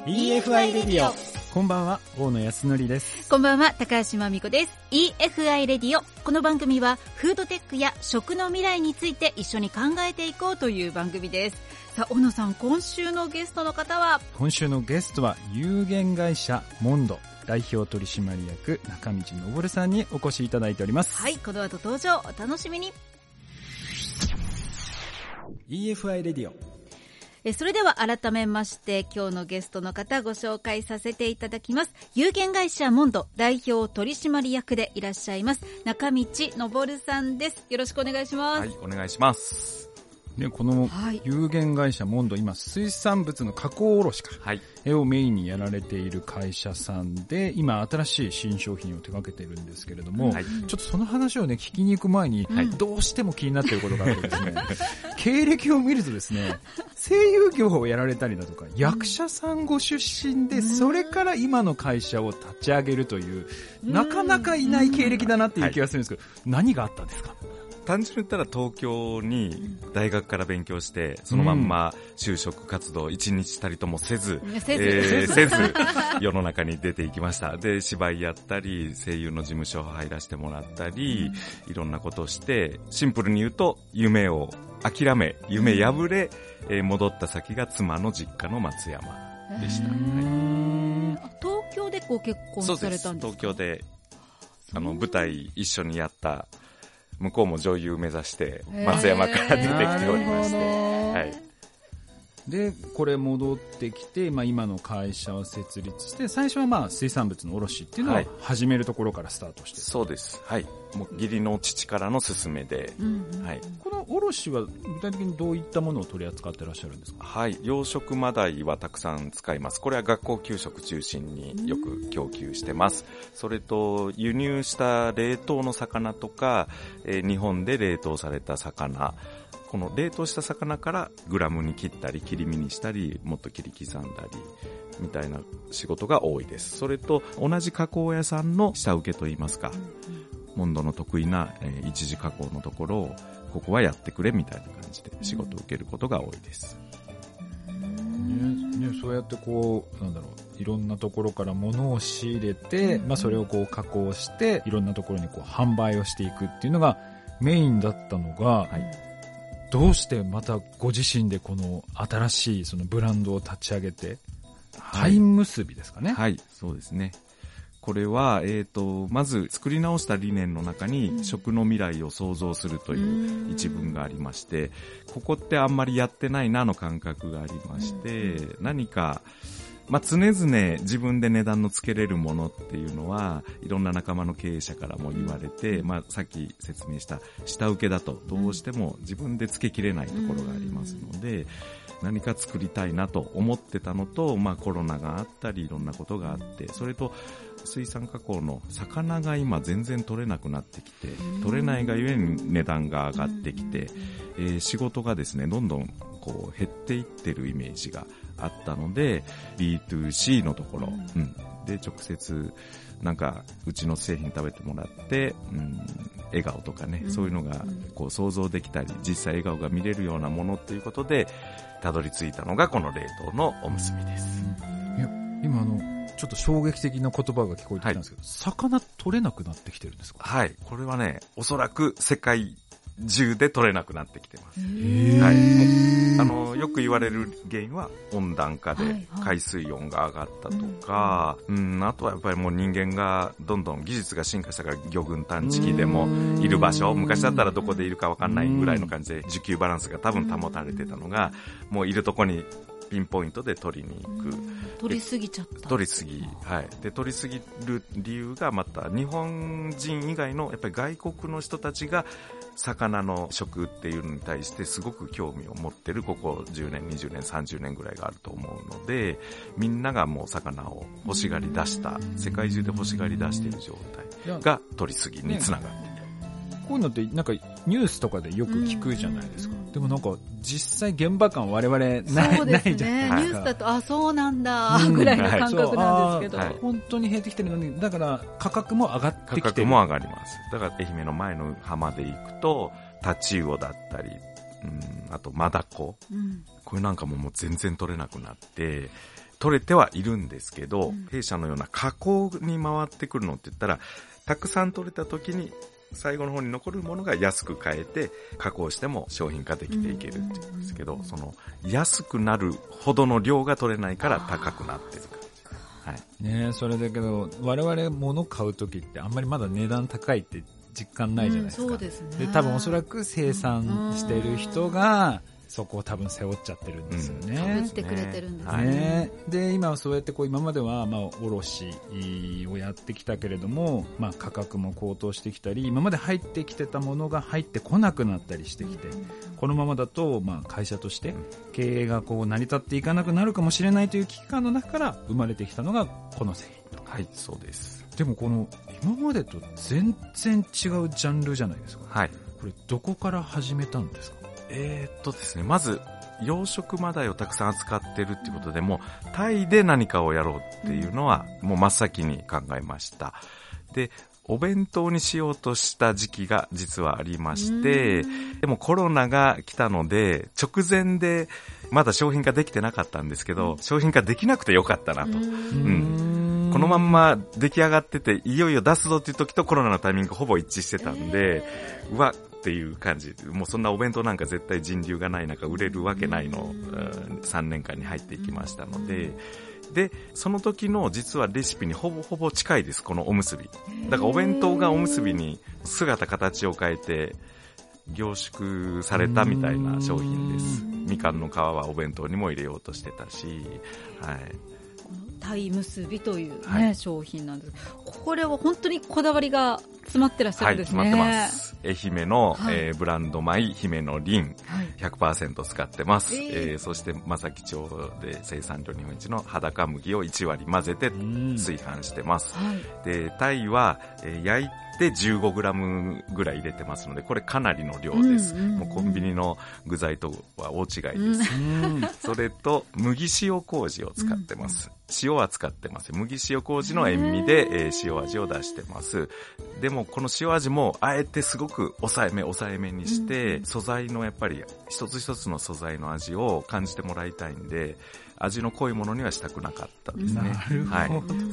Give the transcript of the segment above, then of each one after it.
EFI レディオ。こんばんは、大野康則です。 こんばんは、高橋真美子です。 EFI レディオ。この番組はフードテックや食の未来について一緒に考えていこうという番組です。さあ、大野さん、今週のゲストの方は？ 今週のゲストは有限会社モンド代表取締役中道昇さんにお越しいただいております。 はい、この後登場、お楽しみに。 EFI レディオ。 それでは改めまして今日のゲストの方ご紹介させていただきます。有限会社モンド代表取締役でいらっしゃいます中道昇さんです。よろしくお願いします。 はい、お願いします。 で、この有限会社モンド、今水産物の加工卸をメインにやられている会社さんで、今新しい新商品を手掛けているんですけれども、ちょっとその話をね聞きに行く前に、どうしても気になっていることがあってですね、経歴を見るとですね、声優業をやられたりだとか、役者さんご出身で、それから今の会社を立ち上げるという、なかなかいない経歴だなっていう気がするんですけど、何があったんですか？ 単純に言ったら東京に大学から勉強して、そのまんま就職活動一日たりともせず世の中に出ていきました。で、芝居やったり、声優の事務所入らせてもらったり、いろんなことをして、シンプルに言うと夢を諦め、夢破れ、戻った先が妻の実家の松山でした。 東京でご結婚されたんですか？ そうです。東京で舞台一緒にやった向こうも女優目指して松山から出てきておりまして、はい、 でこれ戻ってきて、今の会社を設立して、最初は水産物の卸っていうのを始めるところからスタートして、 そうです。はい。もう義理の父からの勧めで、はい。 この卸は具体的にどういったものを取り扱ってらっしゃるんですか？ はい。養殖マダイはたくさん使います。これは学校給食中心によく供給してます。それと輸入した冷凍の魚とか、日本で冷凍された魚、この冷凍した魚からグラムに切ったり切り身にしたり、もっと切り刻んだりみたいな仕事が多いです。それと同じ加工屋さんの下請けといいますか、モンドの得意な一次加工のところをここはやってくれみたいな感じで仕事を受けることが多いです。 そうやっていろんなところから物を仕入れて、それを加工していろんなところに販売をしていくっていうのがメインだったのが、どうしてまたご自身でこの新しいそのブランドを立ち上げて、タイム結びですかね？ はい、そうですね。これは、まず作り直した理念の中に、食の未来を創造するという一文がありまして、ここってあんまりやってないなの感覚がありまして、何か常々自分で値段のつけれるものっていうのはいろんな仲間の経営者からも言われて、さっき説明した下請けだとどうしても自分でつけきれないところがありますので、何か作りたいなと思ってたのと、コロナがあったりいろんなことがあって、それと水産加工の魚が今全然取れなくなってきて、取れないがゆえに値段が上がってきて、仕事がですねどんどん減っていってるイメージがあったので、 B2C のところ、で直接うちの製品食べてもらって、笑顔とかね、そういうのが想像できたり、実際笑顔が見れるようなものということでたどり着いたのがこの冷凍のおむすびです。 いや、今ちょっと衝撃的な言葉が聞こえてきたんですけど、魚取れなくなってきてるんですか？ はい、これはね、おそらく世界中で取れなくなってきてます。よく言われる原因は温暖化で海水温が上がったとか、あとはやっぱりもう人間がどんどん技術が進化したから、魚群探知機でもいる場所、昔だったらどこでいるか分かんないぐらいの感じで需給バランスが多分保たれてたのが、もういるとこにピンポイントで取りに行く。 取りすぎちゃった。 取りすぎ。はい。で、取りすぎる理由がまた日本人以外のやっぱり外国の人たちが魚の食っていうのに対してすごく興味を持ってる、ここ10年、20年、30年ぐらいがあると思うので、みんながもう魚を欲しがり出した、世界中で欲しがり出している状態が取りすぎにつながる。 こういうのってニュースとかでよく聞くじゃないですか。でも実際現場感我々ないじゃないですか。 ニュースだとそうなんだぐらいの感覚なんですけど、 本当に減ってきてるのに、だから価格も上がってきてる。 価格も上がります。だから愛媛の前の浜で行くとタチウオだったり、あとマダコ、これなんかもう全然取れなくなって、 取れてはいるんですけど、弊社のような加工に回ってくるのって言ったら、たくさん取れた時に最後の方に残るものが安く買えて加工しても商品化できていけるっていうんですけど、その安くなるほどの量が取れないから高くなってる。はい、 ねえ、それだけど我々物買う時ってあんまりまだ値段高いって実感ないじゃないですか。 そうですね。 で多分おそらく生産してる人がそこを多分背負っちゃってるんですよね。 被ってくれてるんですね。 ね、で今そうやって今までは卸をやってきたけれども、価格も高騰してきたり、今まで入ってきてたものが入ってこなくなったりしてきて、このままだと会社として経営が成り立っていかなくなるかもしれないという危機感の中から生まれてきたのがこの製品と。 はい、そうです。 でも今までと全然違うジャンルじゃないですか。 はい。 これどこから始めたんですか？ ですね、まず養殖マダイをたくさん扱ってるっていうことでもタイで何かをやろうっていうのはもう真っ先に考えました。で、お弁当にしようとした時期が実はありまして、でもコロナが来たので直前でまだ商品化できてなかったんですけど、商品化できなくてよかったなと。このまんま出来上がってていよいよ出すぞっていう時とコロナのタイミングほぼ一致してたんで、うわっていう感じ。もうそんなお弁当なんか絶対人流がない中売れるわけないの3年間に入っていきましたので、でその時の実はレシピにほぼほぼ近いです、このおむすび。だからお弁当がおむすびに姿形を変えて凝縮されたみたいな商品です。みかんの皮はお弁当にも入れようとしてたし、はい。 タイ結びという、商品なんです。これは本当にこだわりが詰まってらっしゃるんですね。 はい、詰まってます。愛媛の、ブランド米姫の凛、100% 使ってます。そして正木町で生産量日本一の裸麦を1割混ぜて炊飯してます。で、タイは、焼いて15グラムぐらい入れてますので、これかなりの量です。もうコンビニの具材とは大違いです。それと麦塩麹を使ってます。塩は使ってます。麦塩麹の塩味で、塩味を出してます。でもこの塩味もあえてすごく抑えめにして、素材のやっぱり一つ一つの素材の味を感じてもらいたいんで、味の濃いものにはしたくなかったですね。はい。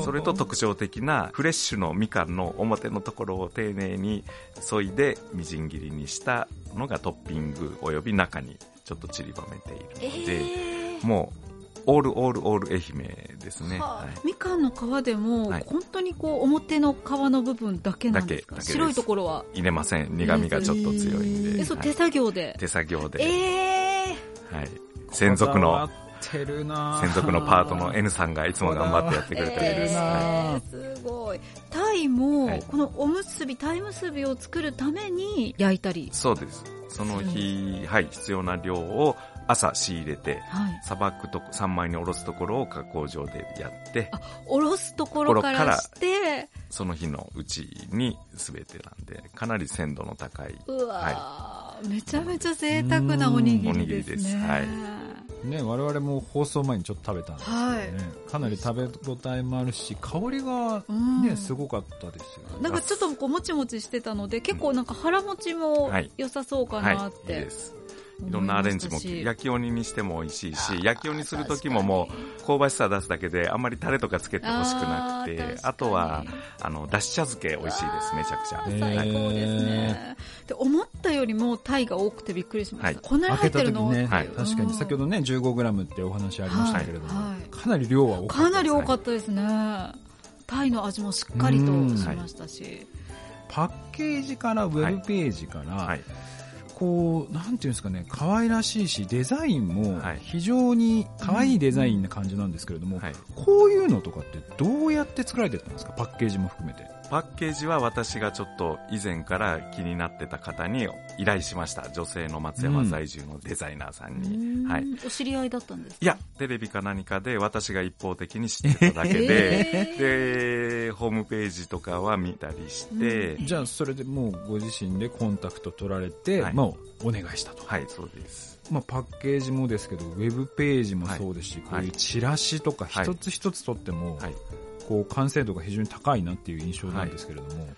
それと特徴的なフレッシュのみかんの表のところを丁寧に削いでみじん切りにしたのがトッピングおよび中にちょっと散りばめているので、もうオール愛媛ですね。 みかんの皮でも、本当に表の皮の部分だけなんですか？白いところは入れません。苦味がちょっと強いんで。 手作業で。 手作業で。はい。専属のパートの N さんがいつも頑張ってやってくれてるんです。 すごい。タイも、このおむすび、タイ結びを作るために焼いたり。 そうです。その日、必要な量を朝仕入れて、さばくと三枚におろすところを加工場でやって、 おろすところからしてその日のうちに全てなんで、かなり鮮度の高い。 めちゃめちゃ贅沢なおにぎりですね。 ね、我々も放送前にちょっと食べたんですけどね、かなり食べ応えもあるし、香りがね、すごかったですよね。 なんかちょっともちもちしてたので、結構なんか腹持ちも良さそうかなって。 いいです。いろんなアレンジも焼き鬼にしても美味しいし、焼き鬼する時ももう香ばしさ出すだけであんまりタレとかつけてほしくなくて、あとはだし茶漬け美味しいです。めちゃくちゃ最高ですね。で、思ったよりもタイが多くてびっくりしました。こんなに入ってるの？ 確かに先ほどね 15g ってお話ありましたけれども、かなり量は多かったですね。 かなり多かったですね。タイの味もしっかりとしましたし、 パッケージからウェブページから、こうなんていうんですかね、可愛らしいし、デザインも非常に可愛いデザインな感じなんですけれども、こういうのとかってどうやって作られてたんですか？パッケージも含めて。 パッケージは私がちょっと以前から気になってた方に依頼しました。女性の松山在住のデザイナーさんに。 お知り合いだったんですか？ いや、テレビか何かで私が一方的に知ってただけで、で、ホームページとかは見たりして、 じゃあそれでもうご自身でコンタクト取られて、もうお願いしたと。 はい、そうです。 パッケージもですけど、ウェブページもそうですし、こういうチラシとか一つ一つとっても、こう完成度が非常に高いなっていう印象なんですけれども、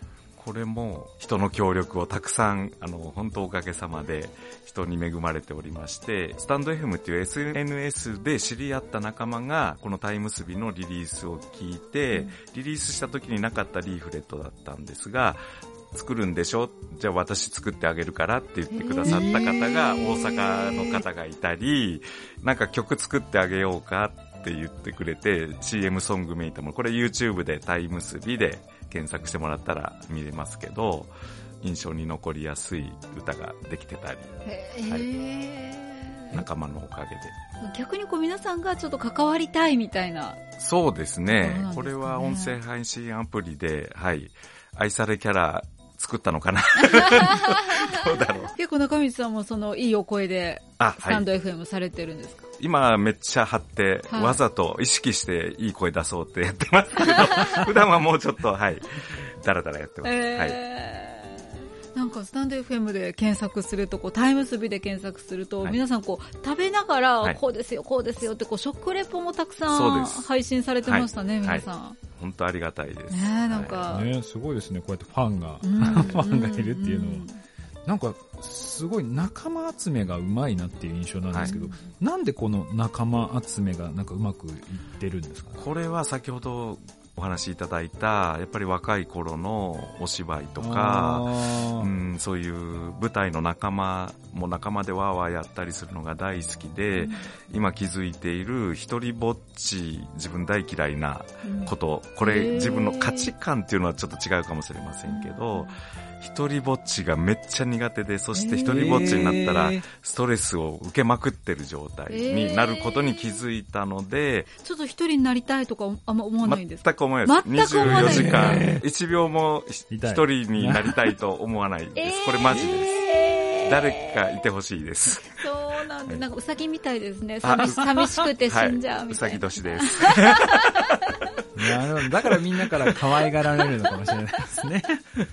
これも人の協力をたくさん、本当おかげさまで人に恵まれておりまして、スタンド FM っていう SNS で知り合った仲間が、このタイ結びのリリースを聞いて、リリースした時になかったリーフレットだったんですが、作るんでしょ？じゃあ私作ってあげるからって言ってくださった方が、大阪の方がいたり、なんか曲作ってあげようかって言ってくれて、CM ソングめいたもの、これ YouTube でタイ結びで検索してもらったら見れますけど、印象に残りやすい歌ができてたり、はい、仲間のおかげで。 逆に皆さんがちょっと関わりたいみたいな。 そうですね。これは音声配信アプリで、はい、愛されキャラ作ったのかなどうだろう。 結構中道さんもいいお声でスタンド FM されてるんですか？ 今めっちゃ張って、はい、わざと意識していい声出そうってやってますけど普段はもうちょっと、はい、だらだらやってます、はい。 なんかスタンド FM で検索するとタイムスビで検索すると、はい、皆さん食べながら、はい、こうですよこうですよって食レポもたくさん配信されてましたね、皆さん、はい、 本当ありがたいですね。なんか、 ね、すごいですね。こうやってファンがいるっていうのは、なんかすごい仲間集めがうまいなっていう印象なんですけど、はい、なんでこの仲間集めがなんかうまくいってるんですかね？ これは先ほどお話しいただいた、やっぱり若い頃のお芝居とか、そういう舞台の仲間も仲間でワーワーやったりするのが大好きで、今気づいている一人ぼっち、自分大嫌いなこと、これ自分の価値観っていうのはちょっと違うかもしれませんけど、一人ぼっちがめっちゃ苦手で、そして一人ぼっちになったらストレスを受けまくってる状態になることに気づいたので、 ちょっと一人になりたいとかあんま思わないんですか？ 全く思わないです。24時間1秒も一人になりたいと思わないです。これマジです。誰かいてほしいです。 そうなんで、なんかウサギみたいですね。寂しくて死んじゃうみたいな。 ウサギ年です。 いや、だからみんなから可愛がられるのかもしれないですね。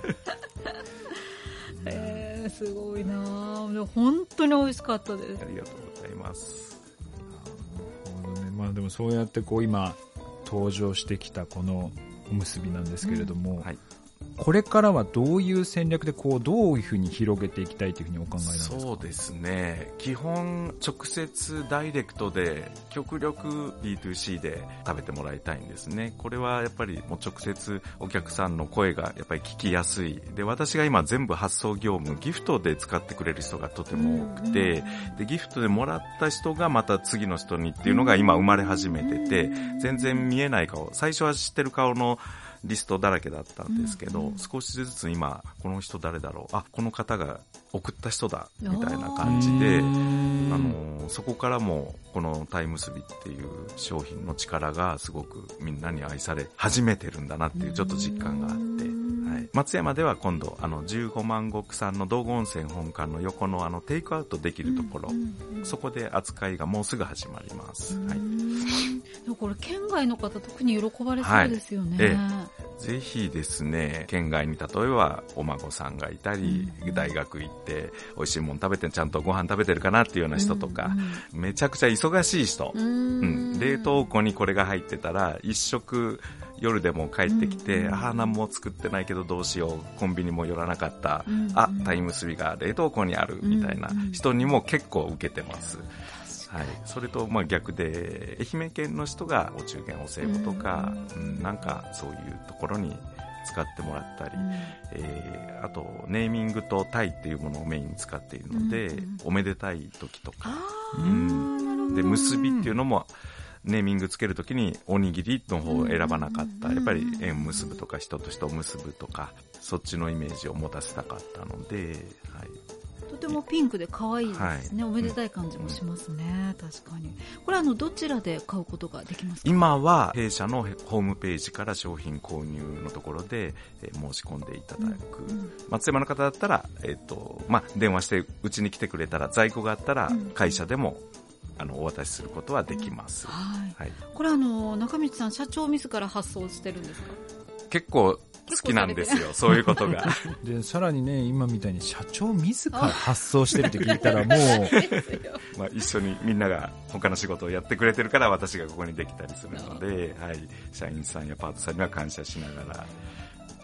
すごいなぁ。本当に美味しかったです。 ありがとうございます。 なるほどね。まあでもそうやって今登場してきたこのおむすびなんですけれども、はい、これからはどういう戦略でどういうふうに広げていきたいというふうにお考えなんですか？ そうですね。基本直接ダイレクトで極力 B2C で食べてもらいたいんですね。これはやっぱりもう直接お客さんの声がやっぱり聞きやすい。で、私が今全部発送業務ギフトで使ってくれる人がとても多くて、でギフトでもらった人がまた次の人にっていうのが今生まれ始めてて、全然見えない顔、最初は知ってる顔のリストだらけだったんですけど、少しずつ今この人誰だろう、この方が送った人だみたいな感じで、そこからもこのタイムスビっていう商品の力がすごくみんなに愛され始めてるんだなっていうちょっと実感があって、はい、松山では今度15万石さんの道後温泉本館の横のテイクアウトできるところ、そこで扱いがもうすぐ始まります。はい、 でもこれ県外の方特に喜ばれそうですよね。 ぜひですね、県外に例えばお孫さんがいたり、大学行って美味しいもの食べてちゃんとご飯食べてるかなっていうような人とか、めちゃくちゃ忙しい人、冷凍庫にこれが入ってたら一食夜でも帰ってきて、何も作ってないけどどうしよう、コンビニも寄らなかった、タイムスビが冷凍庫にあるみたいな人にも結構受けてます。はい、それと逆で愛媛県の人がお中元お歳暮とか、なんかそういうところに使ってもらったり、あとネーミングとタイっていうものをメインに使っているので、おめでたい時とか、で結びっていうのもネーミングつけるときにおにぎりの方を選ばなかった、やっぱり縁結ぶとか人と人を結ぶとか、そっちのイメージを持たせたかったので、はい、 とてもピンクで可愛いですね、おめでたい感じもしますね、確かに。これどちらで買うことができますか？ 今は弊社のホームページから商品購入のところで申し込んでいただく、松山の方だったら、電話してうちに来てくれたら、在庫があったら会社でもお渡しすることはできます。はい、 これ中道さん社長自ら発送してるんですか？ 結構好きなんですよ、そういうことが。 で、さらにね、今みたいに社長自ら発送してるって聞いたらもう一緒にみんなが他の仕事をやってくれてるから私がここにできたりするので、はい、社員さんやパートさんには感謝しながらっ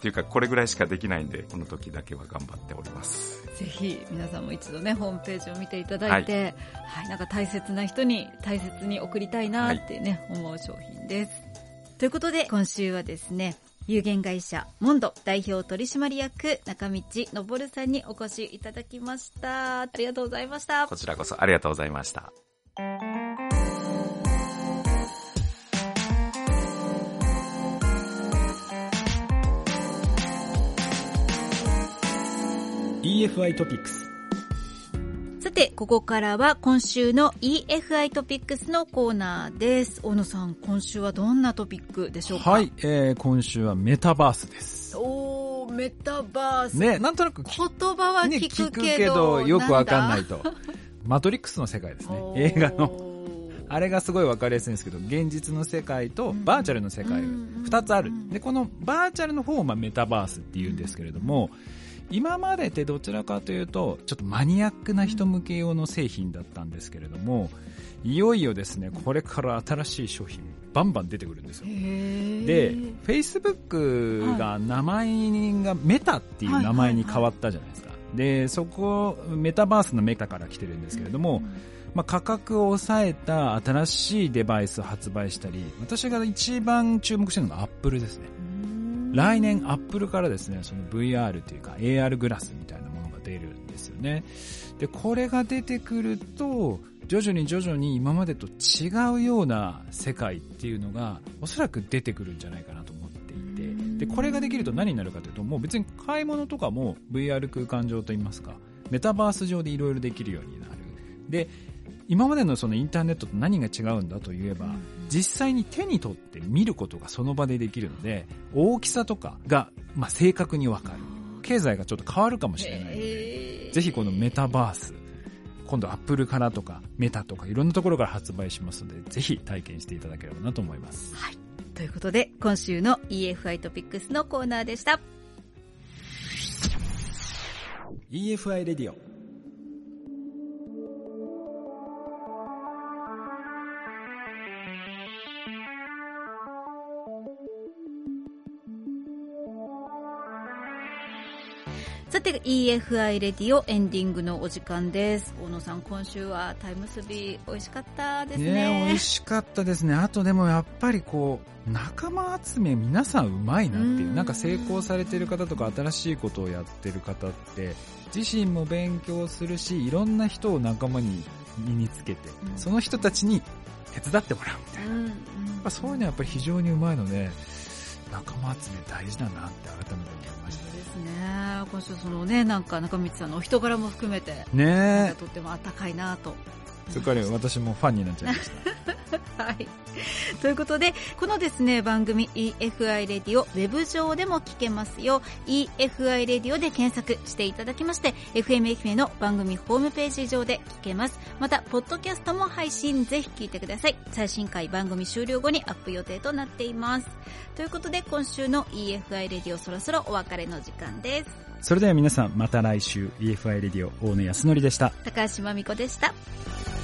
っていうかこれぐらいしかできないんで、この時だけは頑張っております。 ぜひ皆さんも一度ね、ホームページを見ていただいて、はい、なんか大切な人に大切に送りたいなってね、思う商品です。ということで今週はですね、有限会社モンド代表取締役中道昇さんにお越しいただきました。ありがとうございました。 こちらこそありがとうございました。 EFI トピックス。 さて、ここからは今週の EFI トピックスのコーナーです。大野さん、今週はどんなトピックでしょうか？ はい、今週はメタバースです。 おー、メタバース。 ね、なんとなく言葉は聞くけど、 聞くけどよくわかんないと。マトリックスの世界ですね。映画の。あれがすごいわかりやすいんですけど、現実の世界とバーチャルの世界が2つある。で、このバーチャルの方をメタバースって言うんですけれども、今までってどちらかというとちょっとマニアックな人向け用の製品だったんですけれども、いよいよですね、これから新しい商品バンバン出てくるんですよ。で、Facebook が名前がメタっていう名前に変わったじゃないですか。で、そこメタバースのメタから来てるんですけれども、価格を抑えた新しいデバイスを発売したり、私が一番注目してるのがアップルですね。来年アップルからですね、その VR というか AR グラスみたいなものが出るんですよね。で、これが出てくると徐々に今までと違うような世界っていうのがおそらく出てくるんじゃないかなと思っていて、で、これができると何になるかというと、もう別に買い物とかも VR 空間上といいますか、メタバース上でいろいろできるようになる。で、今までのそのインターネットと何が違うんだといえば、実際に手に取って見ることがその場でできるので、大きさとかが正確にわかる。経済がちょっと変わるかもしれないので、ぜひこのメタバース、今度アップルからとかメタとかいろんなところから発売しますので、ぜひ体験していただければなと思います。 はい。ということで、今週の EFI トピックスのコーナーでした。 EFI レディオ。 さて EFI レディオエンディングのお時間です。大野さん、今週はタイムスビ美味しかったですね。 美味しかったですね。あとでもやっぱりこう仲間集め皆さんうまいなっていう、なんか成功されてる方とか新しいことをやってる方って自身も勉強するし、いろんな人を仲間に身につけて、その人たちに手伝ってもらうみたいな、そういうのはやっぱり非常にうまいので、仲間集め大事だなって改めて思いました。 そうですね。今週そのね、なんか中道さんのお人柄も含めてね、 とっても温かいなと。 それから私もファンになっちゃいました。 はい。ということで、このですね、番組 EFI レディオウェブ上でも聞けますよ。EFI レディオで検索していただきまして、FM 愛媛の番組ホームページ上で聞けます。また、ポッドキャストも配信、ぜひ聞いてください。最新回番組終了後にアップ予定となっています。ということで、今週の EFI レディオそろそろお別れの時間です。 それでは皆さん、また来週。 EFI レディオ大野康則でした。 高橋真美子でした。